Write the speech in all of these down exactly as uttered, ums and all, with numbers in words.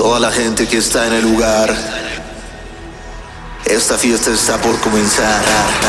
toda la gente que está en el lugar. Esta fiesta está por comenzar.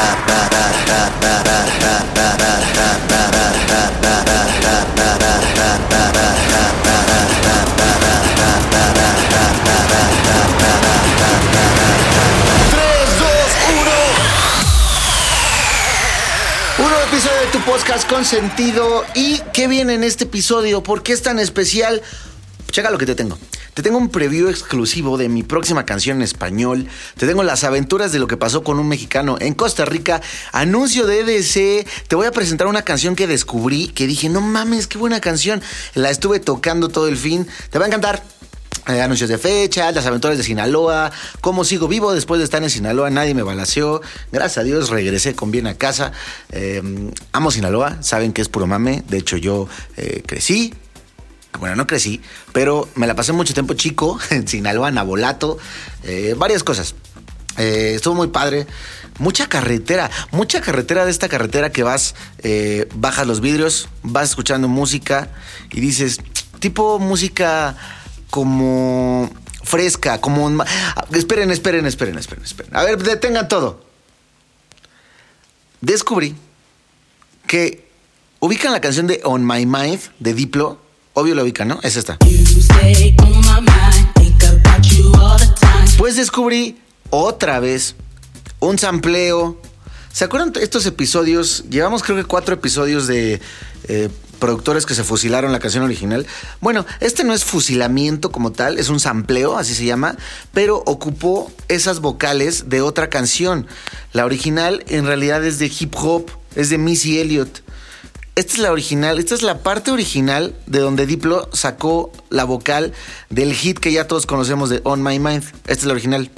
Episodio de tu podcast consentido. ¿Y qué viene en este episodio? ¿Por qué es tan especial? Checa lo que te tengo. Te tengo un preview exclusivo de mi próxima canción en español. Te tengo las aventuras de lo que pasó con un mexicano en Costa Rica. Anuncio de E D C. Te voy a presentar una canción que descubrí, que dije, no mames, qué buena canción. La estuve tocando todo el fin. Te va a encantar. Eh, anuncios de fecha, las aventuras de Sinaloa, cómo sigo vivo después de estar en Sinaloa, nadie me balaceó, gracias a Dios regresé con bien a casa. Eh, amo Sinaloa, saben que es puro mame, de hecho yo eh, crecí, bueno no crecí, pero me la pasé mucho tiempo chico en Sinaloa, Nabolato, eh, varias cosas. Eh, estuvo muy padre. Mucha carretera, mucha carretera de esta carretera que vas, eh, bajas los vidrios, vas escuchando música y dices, tipo música como fresca, como... Un... Esperen, esperen, esperen, esperen, esperen. A ver, detengan todo. Descubrí que ubican la canción de On My Mind de Diplo. Obvio la ubican, ¿no? Es esta. Pues descubrí otra vez un sampleo. ¿Se acuerdan estos episodios? Llevamos creo que cuatro episodios de... Eh, productores que se fusilaron la canción original. Bueno, este no es fusilamiento como tal, es un sampleo, así se llama, pero ocupó esas vocales de otra canción. La original en realidad es de hip hop, es de Missy Elliott. Esta es la original, esta es la parte original de donde Diplo sacó la vocal del hit que ya todos conocemos de On My Mind. Esta es la original.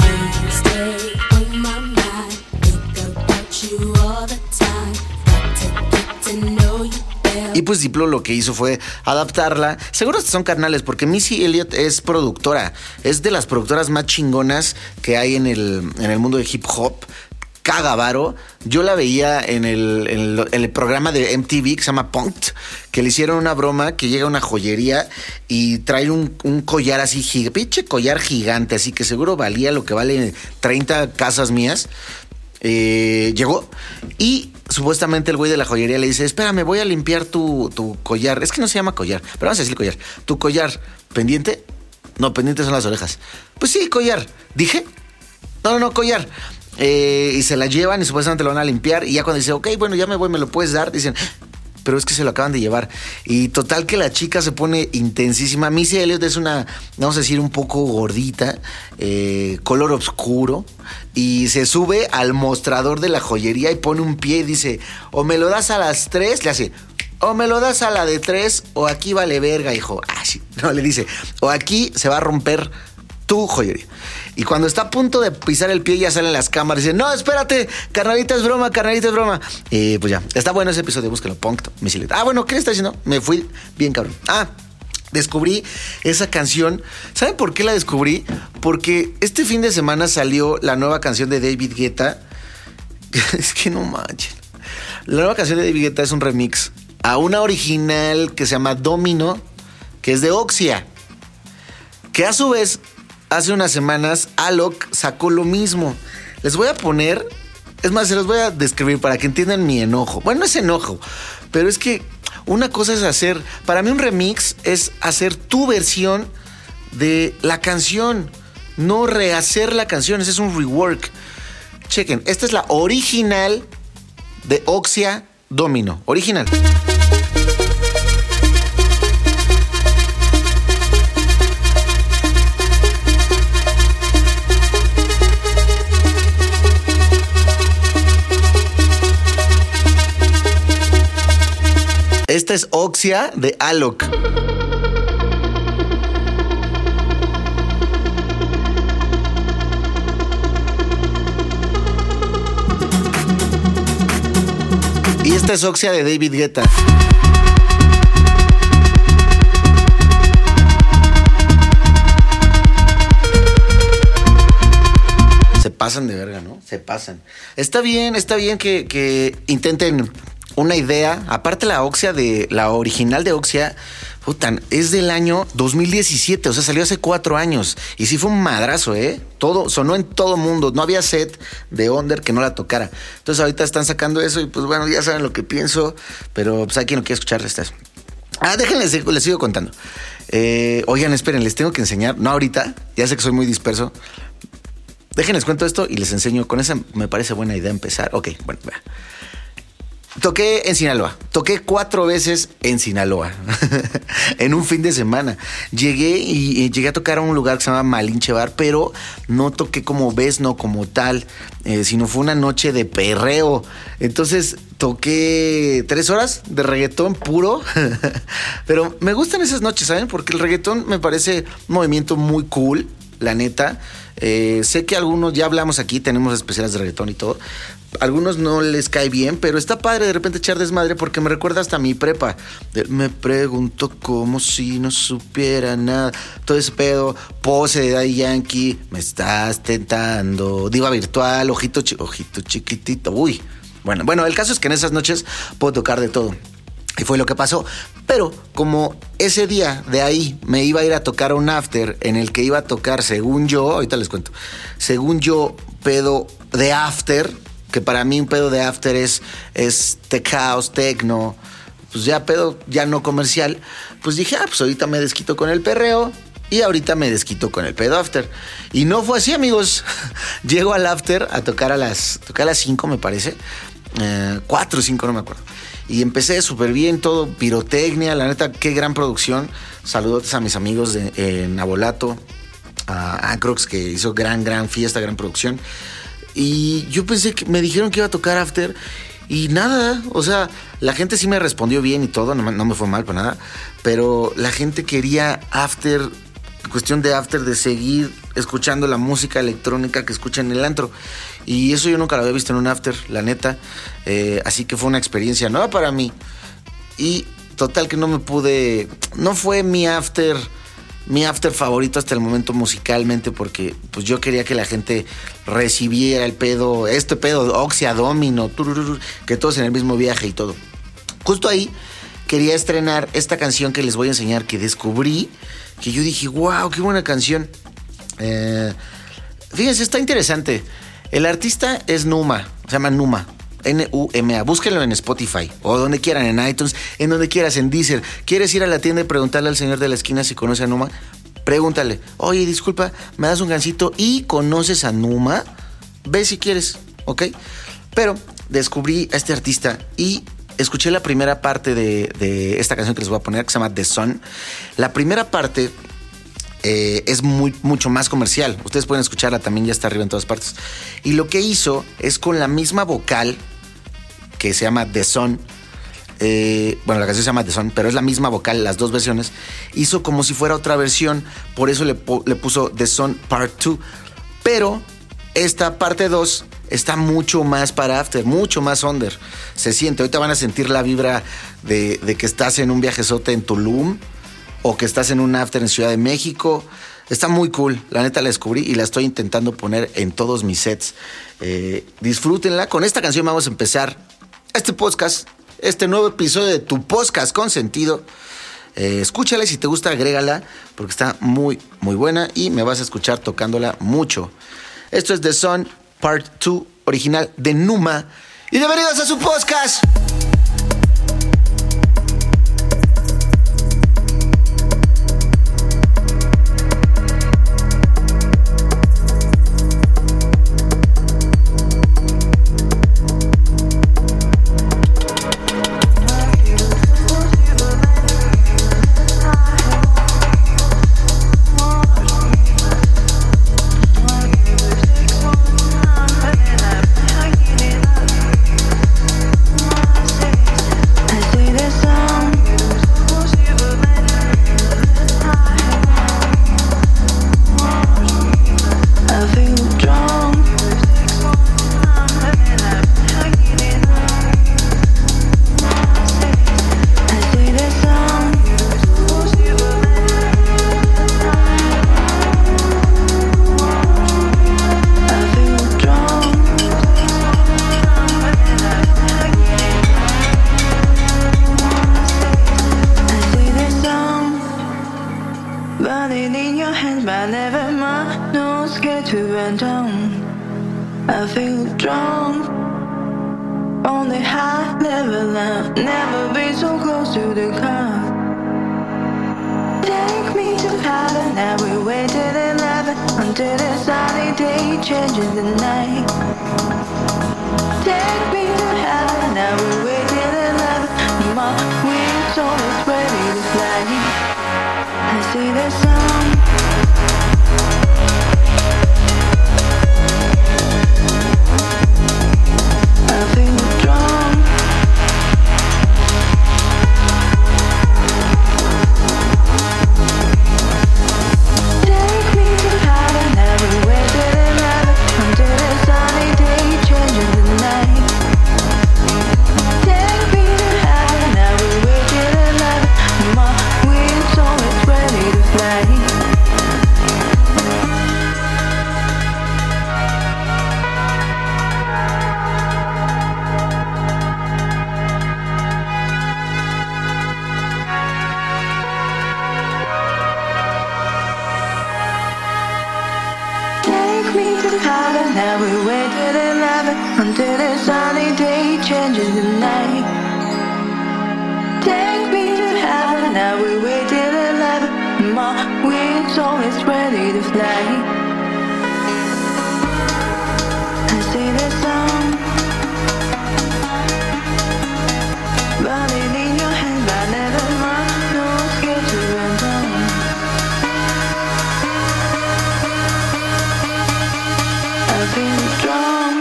Y pues Diplo lo que hizo fue adaptarla. Seguro que son carnales, porque Missy Elliott es productora. Es de las productoras más chingonas que hay en el, en el mundo de hip hop. Caga varo. Yo la veía en el, en, el, en el programa de M T V que se llama Punk'd, que le hicieron una broma que llega a una joyería y trae un, un collar así, gig, pinche collar gigante, así que seguro valía lo que vale treinta casas mías. Eh, llegó y supuestamente el güey de la joyería le dice, espérame, voy a limpiar tu, tu collar. Es que no se llama collar, pero vamos a decir collar. ¿Tu collar pendiente? No, pendientes son las orejas. Pues sí, collar. ¿Dije? No, no, no, collar. Eh, y se la llevan y supuestamente lo van a limpiar. Y ya cuando dice, ok, bueno, ya me voy, me lo puedes dar, dicen, pero es que se lo acaban de llevar. Y total que la chica se pone intensísima. Missy Elliott es una, vamos a decir, un poco gordita, eh, color oscuro, y se sube al mostrador de la joyería y pone un pie y dice, o me lo das a las tres, le hace, o me lo das a la de tres, o aquí vale verga, hijo. Ah, sí. No, le dice, o aquí se va a romper tu joyería. Y cuando está a punto de pisar el pie, ya salen las cámaras y dicen, no, espérate, carnalita es broma, carnalita es broma. Y pues ya, está bueno ese episodio, búsquelo, Punk'd, Missy Elliott. Ah, bueno, ¿qué le está diciendo? Me fui bien cabrón. Ah, descubrí esa canción. ¿Saben por qué la descubrí? Porque este fin de semana salió la nueva canción de David Guetta. Es que no manchen. La nueva canción de David Guetta es un remix a una original que se llama Domino, que es de Oxia, que a su vez hace unas semanas Alok sacó lo mismo. Les voy a poner, es más, se los voy a describir para que entiendan mi enojo. Bueno, no es enojo, pero es que una cosa es hacer, para mí un remix es hacer tu versión de la canción, no rehacer la canción, ese es un rework. Chequen, esta es la original de Oxia Domino, original. Esta es Oxia de Alok. Y esta es Oxia de David Guetta. Se pasan de verga, ¿no? Se pasan. Está bien, está bien que, que intenten una idea. Aparte la Oxia de la original de Oxia, Puta, es del año dos mil diecisiete, o sea, salió hace cuatro años. Y sí fue un madrazo, ¿eh? Todo, sonó en todo mundo. No había set de Onder que no la tocara. Entonces ahorita están sacando eso y pues bueno, ya saben lo que pienso. Pero pues hay quien no quiere escuchar estas. Ah, déjenles, les sigo contando. Eh, oigan, esperen, les tengo que enseñar. No ahorita, ya sé que soy muy disperso. Déjenles cuento esto y les enseño. Con esa me parece buena idea empezar. Ok, bueno, vea. Toqué en Sinaloa. Toqué cuatro veces en Sinaloa. En un fin de semana. Llegué y, y llegué a tocar a un lugar que se llama Malinche Bar, pero no toqué como ves, no como tal, eh, sino fue una noche de perreo. Entonces toqué tres horas de reggaetón puro. Pero me gustan esas noches, ¿saben? Porque el reggaetón me parece un movimiento muy cool, la neta. Eh, sé que algunos, ya hablamos aquí, tenemos especiales de reggaetón y todo. Algunos no les cae bien, pero está padre de repente echar desmadre porque me recuerda hasta mi prepa. Me pregunto como si no supiera nada. Todo ese pedo, pose de Daddy Yankee, me estás tentando. Diva virtual, ojito, chi- ojito chiquitito. Uy, bueno, bueno, el caso es que en esas noches puedo tocar de todo. Y fue lo que pasó. Pero como ese día de ahí me iba a ir a tocar a un after en el que iba a tocar, según yo, ahorita les cuento, según yo, pedo de after, que para mí un pedo de after es, es tech house, techno, pues ya pedo, ya no comercial, pues dije, ah, pues ahorita me desquito con el perreo y ahorita me desquito con el pedo after. Y no fue así, amigos. Llego al after a tocar a las, tocar a las cinco, me parece, eh, cuatro o cinco, no me acuerdo. Y empecé súper bien, todo pirotecnia, la neta, qué gran producción. Saludos a mis amigos de eh, Nabolato, a Acrox, que hizo gran, gran fiesta, gran producción. Y yo pensé que me dijeron que iba a tocar after y nada, o sea, la gente sí me respondió bien y todo, no, no me fue mal para nada, pero la gente quería after, cuestión de after, de seguir escuchando la música electrónica que escuchan en el antro. Y eso yo nunca lo había visto en un after, la neta. Eh, así que fue una experiencia nueva para mí. Y total que no me pude... No fue mi after... Mi after favorito hasta el momento musicalmente, porque pues yo quería que la gente recibiera el pedo, este pedo, Oxia, Domino, turururu, que todos en el mismo viaje y todo. Justo ahí quería estrenar esta canción que les voy a enseñar, que descubrí, que yo dije, wow, qué buena canción. Eh, fíjense, está interesante. El artista es Numa, se llama Numa. N U M A, búsquenlo en Spotify o donde quieran, en iTunes, en donde quieras, en Deezer. ¿Quieres ir a la tienda y preguntarle al señor de la esquina si conoce a Numa? Pregúntale, oye, disculpa, ¿me das un gancito y conoces a Numa? Ve si quieres, ¿ok? Pero descubrí a este artista y escuché la primera parte de, de esta canción que les voy a poner, que se llama The Sun. La primera parte... Eh, es muy, mucho más comercial. Ustedes pueden escucharla, también ya está arriba en todas partes. Y lo que hizo es con la misma vocal, que se llama The Sun. Eh, bueno, la canción se llama The Sun, pero es la misma vocal, las dos versiones. Hizo como si fuera otra versión, por eso le, le puso The Sun Part dos. Pero esta parte dos está mucho más para after, mucho más under. Se siente, ahorita van a sentir la vibra de, de que estás en un viajezote en Tulum, o que estás en un after en Ciudad de México. Está muy cool, la neta la descubrí y la estoy intentando poner en todos mis sets. Eh, disfrútenla. Con esta canción vamos a empezar este podcast, este nuevo episodio de Tu Podcast Consentido. Eh, escúchala y si te gusta agrégala, porque está muy, muy buena y me vas a escuchar tocándola mucho. Esto es The Sun Part dos, original de Numa. Y bienvenidos a su podcast. Thank you. letting my nose get to run down. I feel drunk on the high level now. Never been so close to the car. Take me to heaven. Now we waited eleven until the sunny day changes the night. Take me to heaven. Now we waited eleven. My wings always ready to fly. I see the sun. I feel drunk. Take me to heaven. Every way to the heaven until the sunny day changes the night. Take me to heaven. Every way to the heaven. My wings always ready to fly. Take me to heaven, now we waited eleven until the sunny day changes the night. Take me to heaven, now we waited eleven. My wings always ready to fly. I see the sun burning in your hand, but never mind, no scared to run down. I feel strong.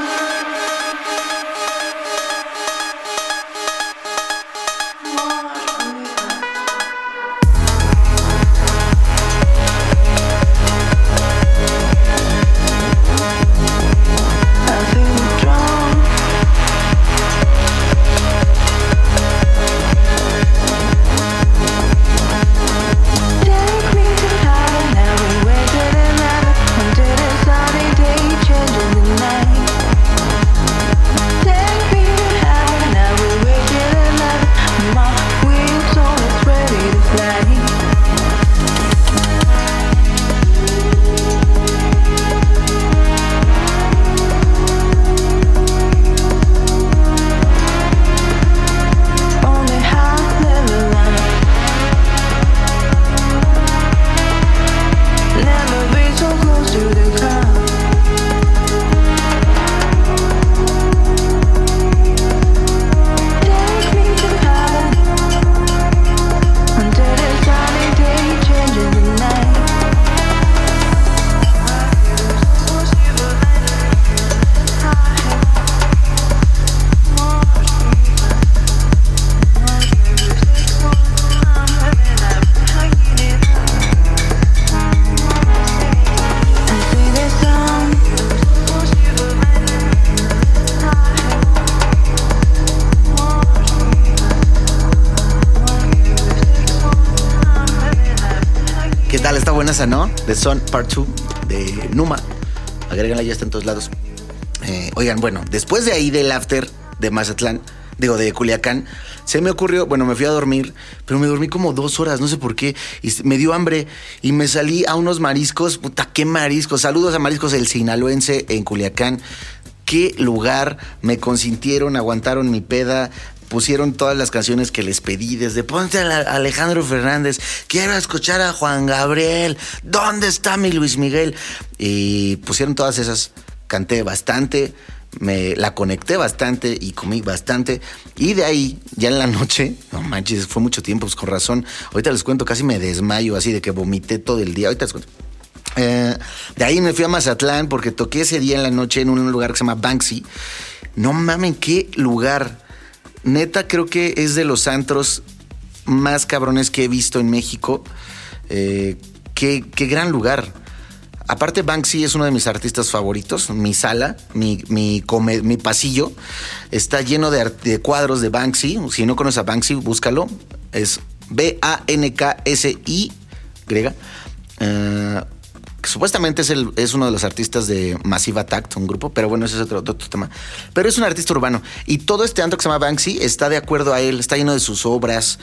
I feel strong. Take me to heaven, now we waited eleven until the sunny day changes the night. Take me to heaven, now we waited eleven. My wings always ready to fly. On the high level line. Never been so close to the car. Take me to heaven until the sunny day changes the night. I see the sun. ¿Qué tal? Está buena esa, ¿no? The Sun Part dos de Numa. Agréganla, ya está en todos lados. Eh, oigan, bueno, después de ahí del after de Mazatlán, digo, de Culiacán, se me ocurrió, bueno, me fui a dormir, pero me dormí como dos horas, no sé por qué, y me dio hambre y me salí a unos mariscos. Puta, qué mariscos. Saludos a Mariscos El Sinaloense en Culiacán. Qué lugar, me consintieron, aguantaron mi peda, pusieron todas las canciones que les pedí, desde ponte a Alejandro Fernández, quiero escuchar a Juan Gabriel, ¿dónde está mi Luis Miguel? Y pusieron todas esas, canté bastante, me la conecté bastante y comí bastante. Y de ahí, ya en la noche, no manches, fue mucho tiempo, pues con razón. Ahorita les cuento, casi me desmayo, así de que vomité todo el día. Ahorita les cuento. Eh, de ahí me fui a Mazatlán porque toqué ese día en la noche en un lugar que se llama Banksy. No mamen, qué lugar. Neta, creo que es de los antros más cabrones que he visto en México. Eh, qué, qué gran lugar. Aparte, Banksy es uno de mis artistas favoritos. Mi sala, mi, mi, come, mi pasillo, está lleno de, de cuadros de Banksy. Si no conoces a Banksy, búscalo. Es B A N K S I Y. Uh, supuestamente es, el, es uno de los artistas de Massive Attack, un grupo, pero bueno, ese es otro, otro tema. Pero es un artista urbano. Y todo este antro que se llama Banksy está de acuerdo a él, está lleno de sus obras.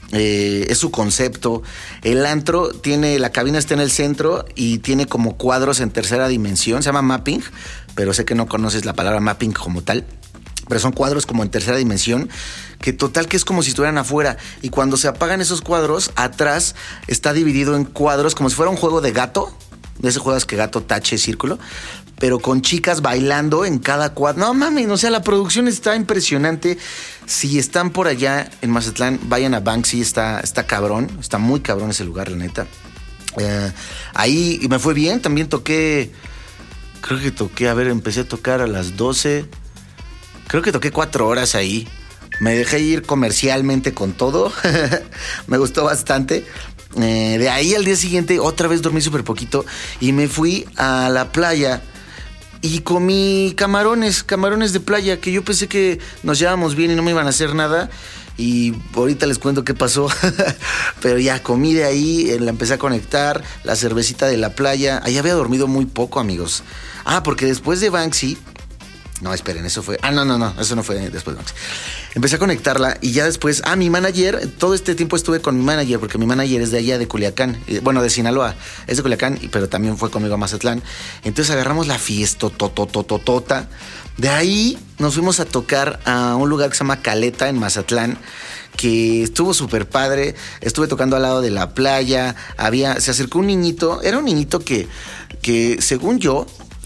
Eh, es su concepto. El antro tiene, la cabina está en el centro y tiene como cuadros en tercera dimensión. Se llama mapping, pero sé que no conoces la palabra mapping como tal. Pero son cuadros como en tercera dimensión, que total que es como si estuvieran afuera. Y cuando se apagan esos cuadros, atrás está dividido en cuadros como si fuera un juego de gato. De esos juegos que gato tache círculo, pero con chicas bailando en cada cuadro. No mames, o sea, la producción está impresionante. Si están por allá en Mazatlán, vayan a Banksy, está, está cabrón, está muy cabrón ese lugar, la neta. Eh, ahí me fue bien, también toqué, creo que toqué, a ver, empecé a tocar a las doce, creo que toqué cuatro horas ahí. Me dejé ir comercialmente con todo, me gustó bastante. Eh, de ahí al día siguiente otra vez dormí súper poquito y me fui a la playa y comí camarones, camarones de playa, que yo pensé que nos llevábamos bien y no me iban a hacer nada. Y ahorita les cuento qué pasó. Pero ya comí de ahí, la empecé a conectar, la cervecita de la playa. Ahí había dormido muy poco, amigos. Ah, porque después de Banksy... No, esperen, eso fue... Ah, no, no, no, eso no fue después de Banksy. Empecé a conectarla y ya después... Ah, mi manager, todo este tiempo estuve con mi manager, porque mi manager es de allá, de Culiacán. Bueno, de Sinaloa. Es de Culiacán, pero también fue conmigo a Mazatlán. Entonces agarramos la fiesta, totototota. De ahí nos fuimos a tocar a un lugar que se llama Caleta, en Mazatlán, que estuvo súper padre. Estuve tocando al lado de la playa. Había... Se acercó un niñito. Era un niñito que, que según yo...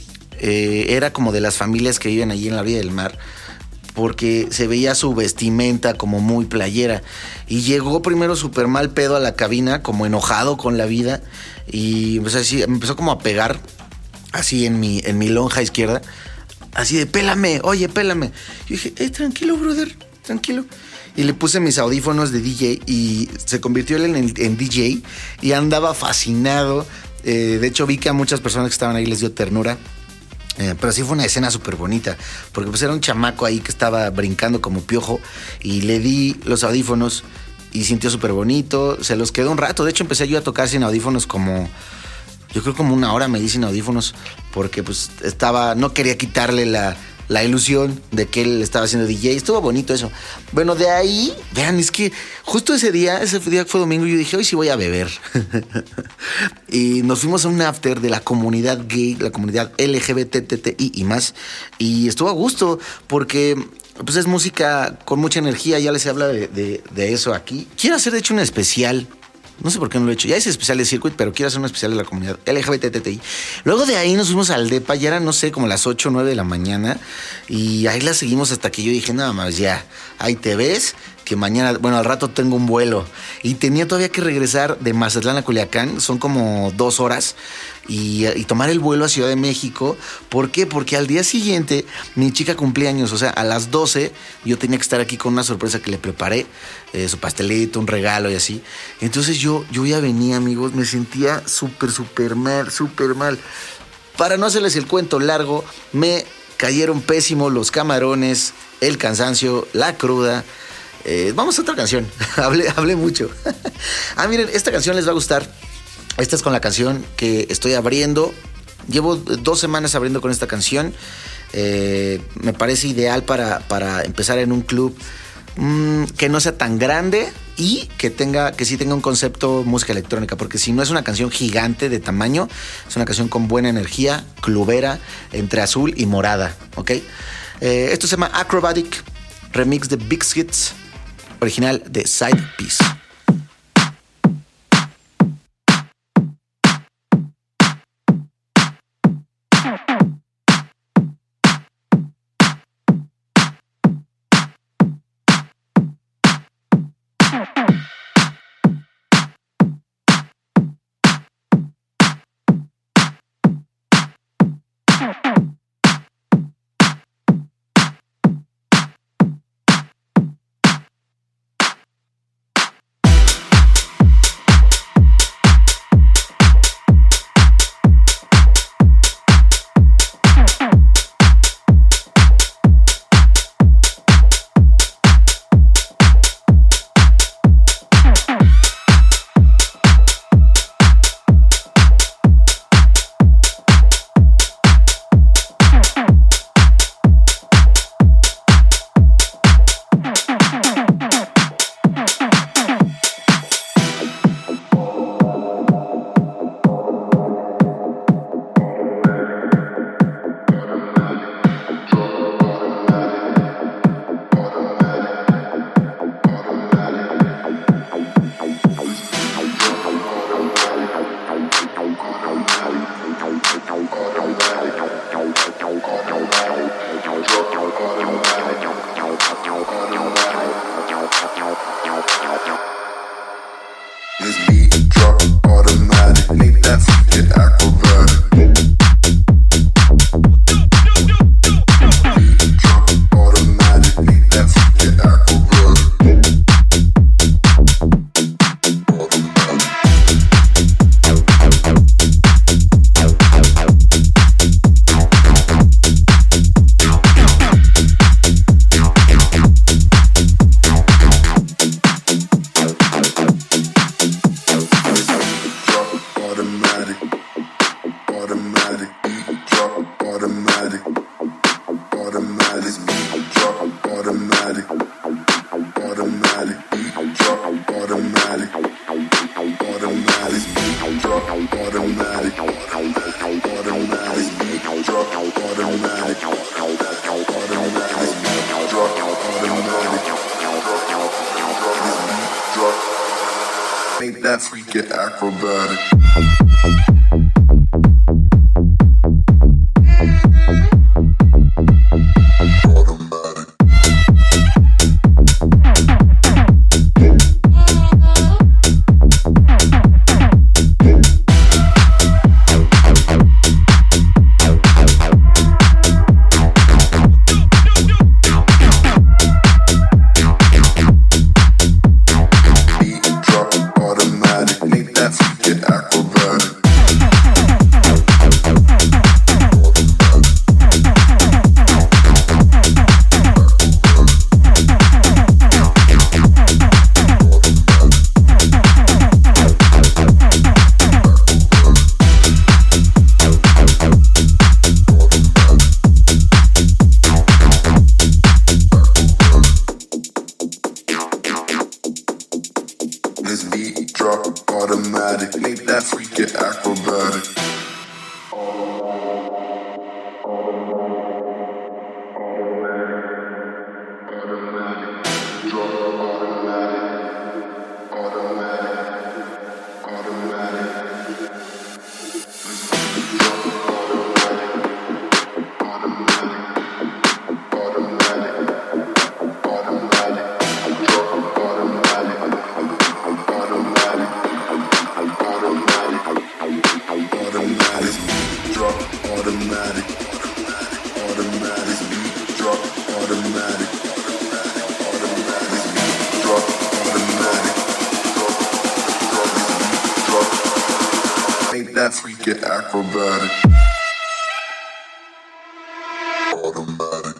Eh, era como de las familias que viven allí en la orilla del mar, porque se veía su vestimenta como muy playera. Y llegó primero súper mal pedo a la cabina, como enojado con la vida, y pues así, me empezó como a pegar así en mi, en mi lonja izquierda, así de pélame, oye, pélame. Yo dije, eh, tranquilo, brother, tranquilo. Y le puse mis audífonos de D J y se convirtió él en, en D J y andaba fascinado. Eh, de hecho, vi que a muchas personas que estaban ahí les dio ternura. Eh, pero sí fue una escena súper bonita, porque pues era un chamaco ahí que estaba brincando como piojo y le di los audífonos y sintió súper bonito, se los quedó un rato. De hecho empecé yo a tocar sin audífonos como, yo creo como una hora me di sin audífonos, porque pues estaba, no quería quitarle la, la ilusión de que él estaba haciendo D J. Estuvo bonito eso. Bueno, de ahí, vean, es que justo ese día, ese día fue domingo, yo dije, hoy sí voy a beber. Y nos fuimos a un after de la comunidad gay, la comunidad L G B T T I y más. Y estuvo a gusto, porque pues es música con mucha energía, ya les habla de, de, de eso aquí. Quiero hacer, de hecho, un especial. No sé por qué no lo he hecho. Ya es especial de Circuit, pero quiero hacer un especial de la comunidad L G B T T I. Luego de ahí nos fuimos al depa, ya eran, no sé, como las ocho o nueve de la mañana. Y ahí la seguimos hasta que yo dije, nada más, ya, ahí te ves, que mañana, bueno, al rato tengo un vuelo. Y tenía todavía que regresar de Mazatlán a Culiacán, son como dos horas. Y, y tomar el vuelo a Ciudad de México. ¿Por qué? Porque al día siguiente mi chica cumplía años, o sea, a las doce yo tenía que estar aquí con una sorpresa que le preparé, eh, su pastelito, un regalo y así. Entonces yo, yo ya venía, amigos, me sentía súper, súper mal, súper mal. Para no hacerles el cuento largo, me cayeron pésimo los camarones, el cansancio, la cruda. Eh, vamos a otra canción, hablé, hablé mucho. Ah, miren, esta canción les va a gustar. Esta es con la canción que estoy abriendo. Llevo dos semanas abriendo con esta canción. Eh, me parece ideal para, para empezar en un club mmm, que no sea tan grande y que tenga, que sí tenga un concepto música electrónica. Porque si no es una canción gigante de tamaño, es una canción con buena energía, clubera, entre azul y morada. ¿Ok? Eh, esto se llama Acrobatic, remix de Big Hits, original de Side Piece. automatic, beat drop, automatic, automatic, beat drop, automatic, automatic, beat drop, automatic, automatic, beat drop, automatic, automatic, beat drop, automatic, automatic, beat drop, automatic, drop, make that freak get acrobatic. That freak get acrobatic. Automatic.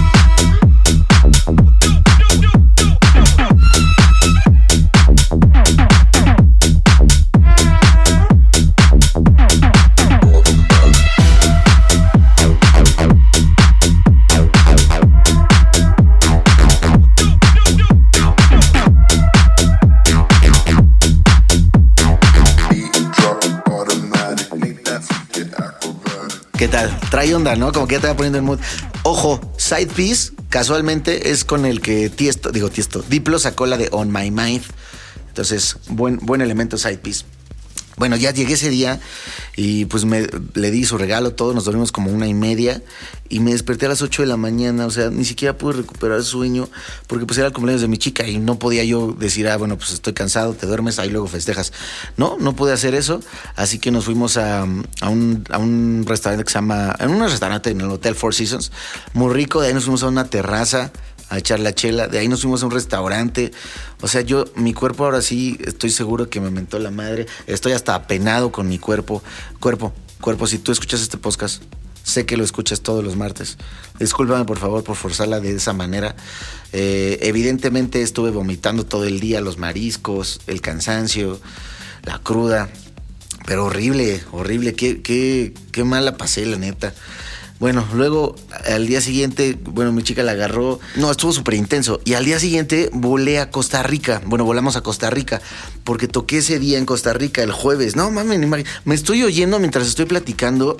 ¿Qué tal? Trae onda, ¿no? Como que ya te va poniendo el mood. Ojo, Side Piece, casualmente, es con el que Tiesto, digo Tiesto, Diplo sacó la de On My Mind. Entonces, buen, buen elemento Side Piece. Bueno, ya llegué ese día y pues me, le di su regalo, todos nos dormimos como una y media y me desperté a las ocho de la mañana, o sea, ni siquiera pude recuperar el sueño porque pues era el cumpleaños de mi chica y no podía yo decir, ah, bueno, pues estoy cansado, te duermes, ahí luego festejas. No, no pude hacer eso, así que nos fuimos a, a, un, a un restaurante que se llama, en un restaurante en el Hotel Four Seasons, muy rico, de ahí nos fuimos a una terraza a echar la chela, de ahí nos fuimos a un restaurante. O sea, yo, mi cuerpo ahora sí, estoy seguro que me mentó la madre. Estoy hasta apenado con mi cuerpo. Cuerpo, cuerpo, si tú escuchas este podcast, sé que lo escuchas todos los martes. Discúlpame, por favor, por forzarla de esa manera. Eh, evidentemente estuve vomitando todo el día, los mariscos, el cansancio, la cruda. Pero horrible, horrible. Qué, qué, qué mal la pasé, la neta. Bueno, luego al día siguiente, bueno, mi chica la agarró. No, estuvo súper intenso. Y al día siguiente volé a Costa Rica. Bueno, volamos a Costa Rica porque toqué ese día en Costa Rica el jueves. No, mames, me estoy oyendo mientras estoy platicando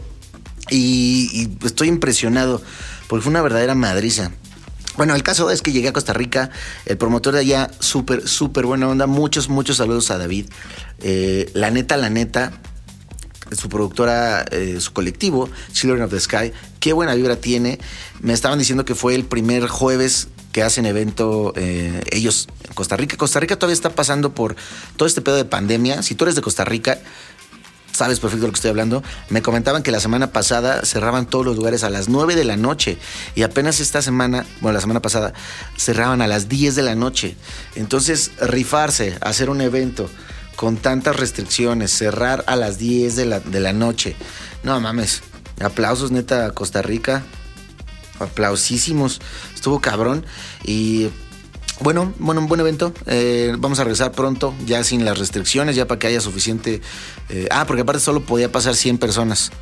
y, y estoy impresionado porque fue una verdadera madriza. Bueno, el caso es que llegué a Costa Rica, el promotor de allá, súper, súper buena onda. Muchos, muchos saludos a David. Eh, la neta, la neta... su productora, eh, su colectivo, Children of the Sky, qué buena vibra tiene. Me estaban diciendo que fue el primer jueves que hacen evento eh, ellos en Costa Rica. Costa Rica todavía está pasando por todo este pedo de pandemia. Si tú eres de Costa Rica, sabes perfecto de lo que estoy hablando. Me comentaban que la semana pasada cerraban todos los lugares a las nueve de la noche y apenas esta semana, bueno, la semana pasada, cerraban a las diez de la noche. Entonces, rifarse, hacer un evento con tantas restricciones, cerrar a las diez de la, de la noche. No mames, aplausos neta a Costa Rica, aplausísimos, estuvo cabrón. Y bueno, bueno, un buen evento. Eh, vamos a regresar pronto, ya sin las restricciones, ya para que haya suficiente. Eh, ah, porque aparte solo podía pasar cien personas.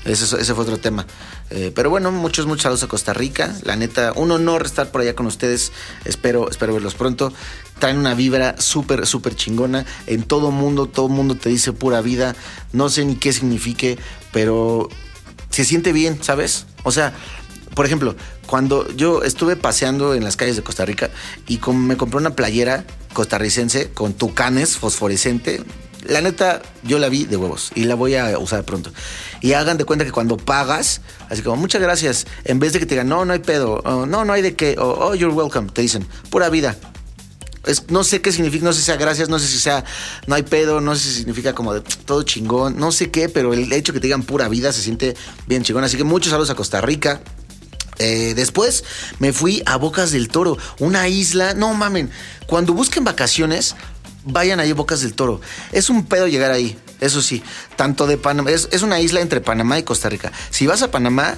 Ese, ese fue otro tema. Eh, pero bueno, muchos, muchos saludos a Costa Rica. La neta, un honor estar por allá con ustedes. Espero, espero verlos pronto. Traen una vibra súper, súper chingona. En todo mundo, todo mundo te dice pura vida. No sé ni qué signifique, pero se siente bien, ¿sabes? O sea, por ejemplo, cuando yo estuve paseando en las calles de Costa Rica y con, me compré una playera costarricense con tucanes fosforescente. La neta, yo la vi de huevos y la voy a usar pronto. Y hagan de cuenta que cuando pagas, así como, muchas gracias, en vez de que te digan, no, no hay pedo, oh, no, no hay de qué, oh, oh, you're welcome, te dicen, pura vida. Es, no sé qué significa, no sé si sea gracias, no sé si sea, no hay pedo, no sé si significa como de todo chingón, no sé qué, pero el hecho que te digan pura vida se siente bien chingón. Así que muchos saludos a Costa Rica. Eh, después me fui a Bocas del Toro, una isla, no mamen, cuando busquen vacaciones, vayan ahí a Bocas del Toro. Es un pedo llegar ahí, eso sí. Tanto de Panamá, es, es una isla entre Panamá y Costa Rica. Si vas a Panamá,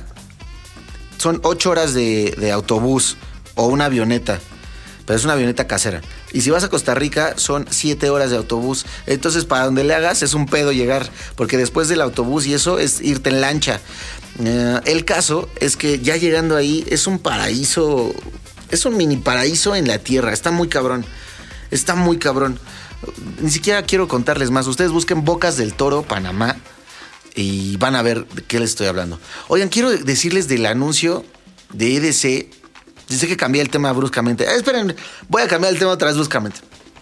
son ocho horas de, de autobús o una avioneta, pero es una avioneta casera. Y si vas a Costa Rica, son siete horas de autobús. Entonces, para donde le hagas, es un pedo llegar, porque después del autobús y eso es irte en lancha. Uh, el caso es que ya llegando ahí, es un paraíso, es un mini paraíso en la tierra. Está muy cabrón. Está muy cabrón. Ni siquiera quiero contarles más. Ustedes busquen Bocas del Toro, Panamá, y van a ver de qué les estoy hablando. Oigan, quiero decirles del anuncio de E D C. Dice que cambié el tema bruscamente. Eh, esperen, voy a cambiar el tema otra vez bruscamente.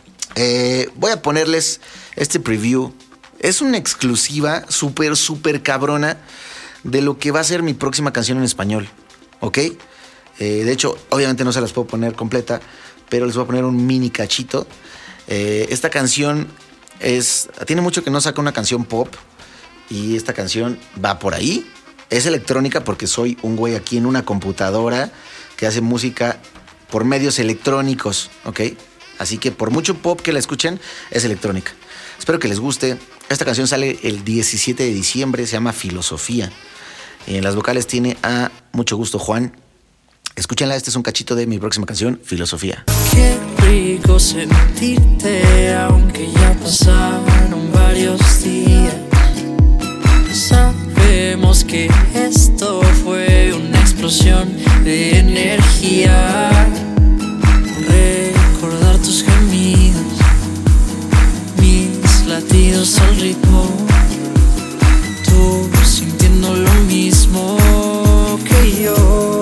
Eh, voy a ponerles este preview. Es una exclusiva súper, súper cabrona de lo que va a ser mi próxima canción en español. ¿Ok? Eh, de hecho, obviamente no se las puedo poner completa, pero les voy a poner un mini cachito. Eh, esta canción es tiene mucho que no saca una canción pop y esta canción va por ahí. Es electrónica porque soy un güey aquí en una computadora que hace música por medios electrónicos, ¿ok? Así que por mucho pop que la escuchen, es electrónica. Espero que les guste. Esta canción sale el diecisiete de diciembre, se llama Filosofía. En las vocales tiene a Mucho Gusto Juan. Escúchenla, este es un cachito de mi próxima canción, Filosofía. Qué rico sentirte, aunque ya pasaron varios días. Sabemos que esto fue una explosión de energía. Recordar tus gemidos, mis latidos al ritmo, tú sintiendo lo mismo que yo.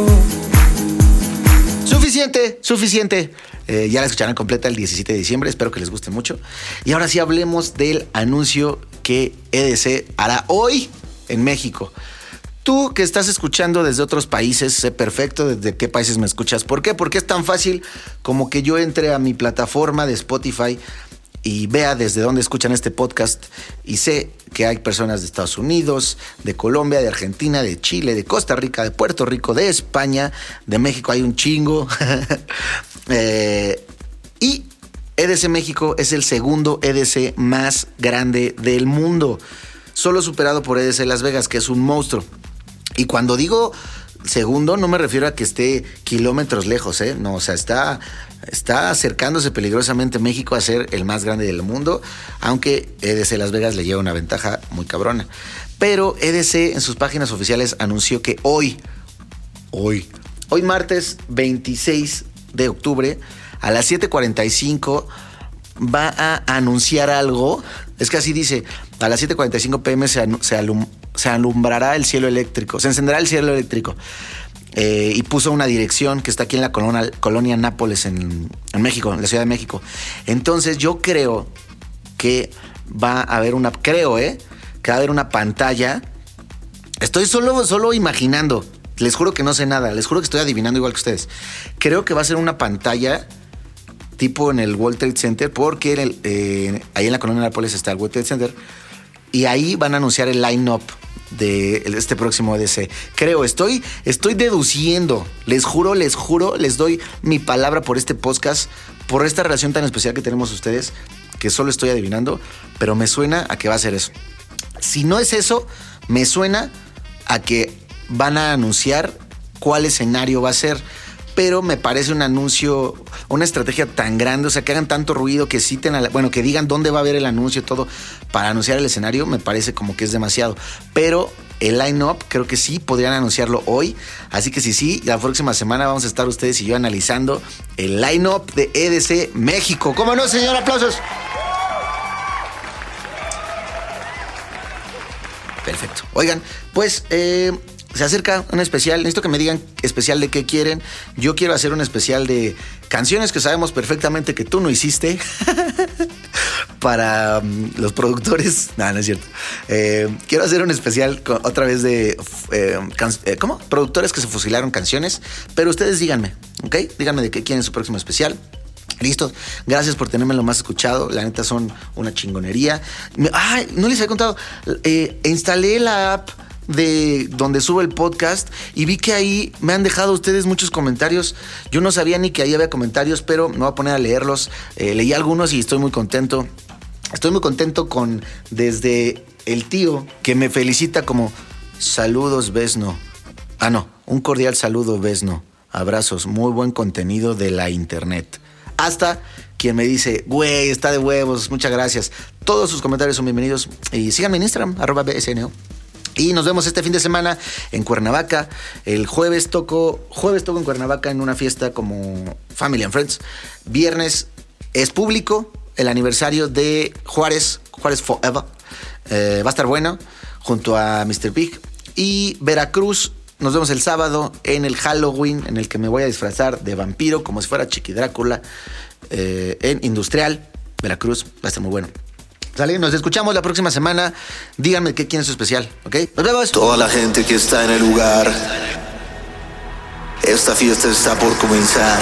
Suficiente, suficiente. Eh, ya la escucharán completa el diecisiete de diciembre. Espero que les guste mucho. Y ahora sí hablemos del anuncio que E D C hará hoy en México. Tú que estás escuchando desde otros países, sé perfecto desde qué países me escuchas. ¿Por qué? Porque es tan fácil como que yo entre a mi plataforma de Spotify y vea desde dónde escuchan este podcast y sé que hay personas de Estados Unidos, de Colombia, de Argentina, de Chile, de Costa Rica, de Puerto Rico, de España, de México hay un chingo. eh, y E D C México es el segundo E D C más grande del mundo, solo superado por E D C Las Vegas, que es un monstruo. Y cuando digo segundo, no me refiero a que esté kilómetros lejos, ¿eh? No, o sea, está, está acercándose peligrosamente México a ser el más grande del mundo, aunque E D C Las Vegas le lleva una ventaja muy cabrona. Pero E D C en sus páginas oficiales anunció que hoy, hoy, hoy martes veintiséis de octubre, a las siete cuarenta y cinco, va a anunciar algo. Es que así dice, a las siete cuarenta y cinco pm se, se, alum, se alumbrará el cielo eléctrico, se encenderá el cielo eléctrico. Eh, y puso una dirección que está aquí en la colonia, colonia Nápoles, en, en México, en la Ciudad de México. Entonces yo creo que va a haber una, creo, eh, que va a haber una pantalla. Estoy solo, solo imaginando, les juro que no sé nada, les juro que estoy adivinando igual que ustedes. Creo que va a ser una pantalla tipo en el World Trade Center, porque en el, eh, ahí en la colonia Nápoles está el World Trade Center, y ahí van a anunciar el line-up de este próximo E D C. Creo, estoy, estoy deduciendo, les juro, les juro, les doy mi palabra por este podcast, por esta relación tan especial que tenemos ustedes, que solo estoy adivinando, pero me suena a que va a ser eso. Si no es eso, me suena a que van a anunciar cuál escenario va a ser, pero me parece un anuncio, una estrategia tan grande, o sea, que hagan tanto ruido, que citen, a la, bueno, que digan dónde va a haber el anuncio y todo para anunciar el escenario, me parece como que es demasiado. Pero el line-up creo que sí podrían anunciarlo hoy, así que sí, sí, la próxima semana vamos a estar ustedes y yo analizando el line-up de E D C México. ¿Cómo no, señor? Aplausos. Perfecto. Oigan, pues eh, se acerca un especial. Necesito que me digan especial de qué quieren. Yo quiero hacer un especial de canciones que sabemos perfectamente que tú no hiciste para um, los productores. No, no es cierto. Eh, quiero hacer un especial con, otra vez de eh, can, eh, ¿cómo? Productores que se fusilaron canciones. Pero ustedes díganme, ¿ok? Díganme de qué quieren su próximo especial. Listo, gracias por tenerme lo más escuchado. La neta son una chingonería. Ay, no les había contado. Eh, instalé la app de donde sube el podcast y vi que ahí me han dejado ustedes muchos comentarios. Yo no sabía ni que ahí había comentarios, pero me voy a poner a leerlos. Eh, leí algunos y estoy muy contento. Estoy muy contento con desde el tío que me felicita como saludos, Vesno. Ah, no, un cordial saludo, Vesno. Abrazos, muy buen contenido de la internet. Hasta quien me dice, güey, está de huevos, muchas gracias. Todos sus comentarios son bienvenidos. Y síganme en Instagram, arroba B S N O. Y nos vemos este fin de semana en Cuernavaca. El jueves toco, jueves toco en Cuernavaca en una fiesta como Family and Friends. Viernes es público el aniversario de Juárez, Juárez Forever. Eh, va a estar bueno, junto a mister Big. Y Veracruz, nos vemos el sábado en el Halloween, en el que me voy a disfrazar de vampiro, como si fuera Chiqui Drácula, eh, en Industrial, Veracruz. Va a estar muy bueno. ¿Sale? Nos escuchamos la próxima semana. Díganme qué quieren su especial, ¿ok? Nos vemos. Toda la gente que está en el lugar, esta fiesta está por comenzar.